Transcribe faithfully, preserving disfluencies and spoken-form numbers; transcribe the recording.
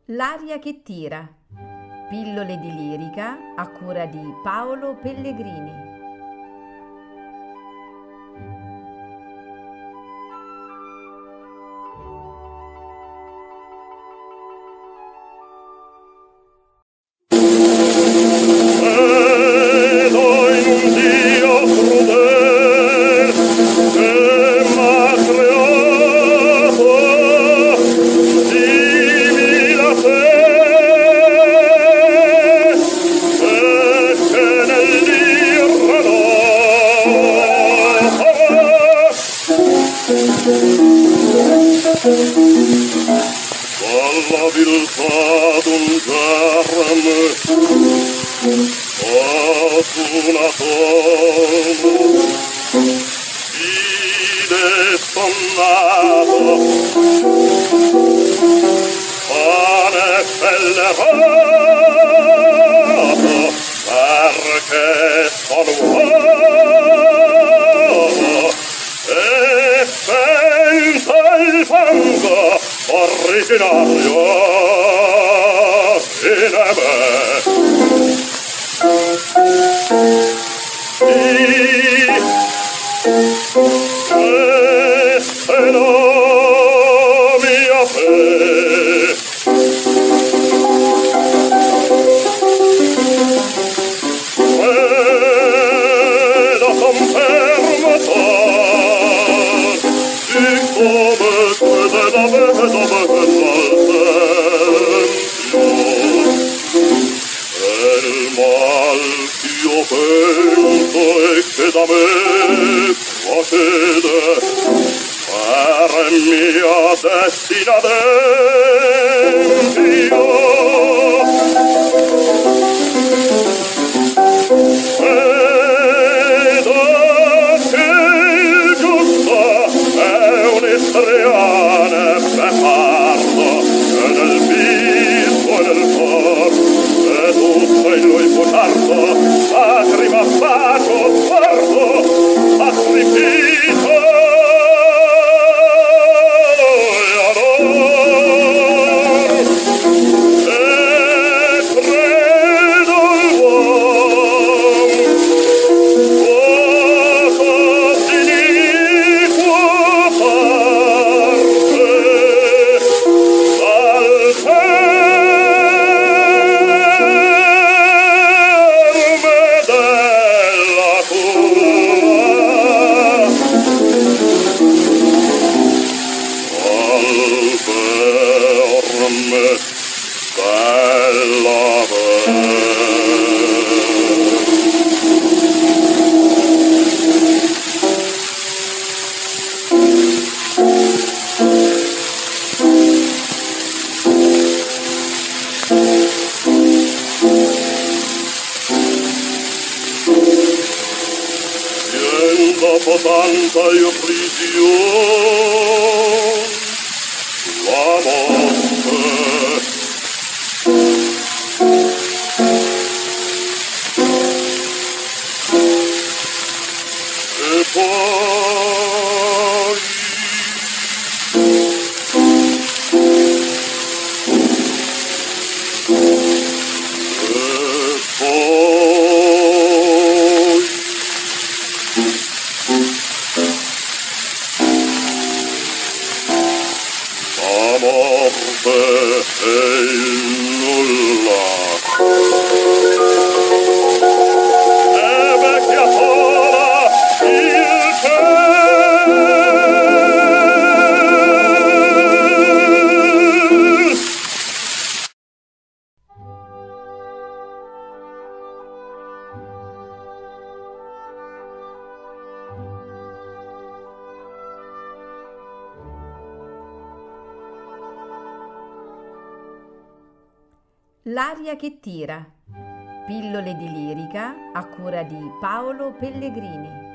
L'aria che tira. Pillole di lirica a cura di Paolo Pellegrini. Dalla viltà d'un germe fortunato vide sonnato pane fellerato perché sono uomo e senza il fango originario in me. Sì, questa è la mia fe. Quella confermata di come crede la vedova il mal ch'io penso e che da me procede per mia destina adempio credo che il giusto è un istriane beffardo e nel viso e nel cor e tutto in lui bugiardo lacrima, bacio, guardo, sacrificio e onor e credo l'uom poco siniquo parte dal terme della culla al verme bella Vien dopo tanta io prigion la morte e poi e poi la morte e il nulla e vecchia sola il ciel. L'aria che tira. Pillole di lirica a cura di Paolo Pellegrini.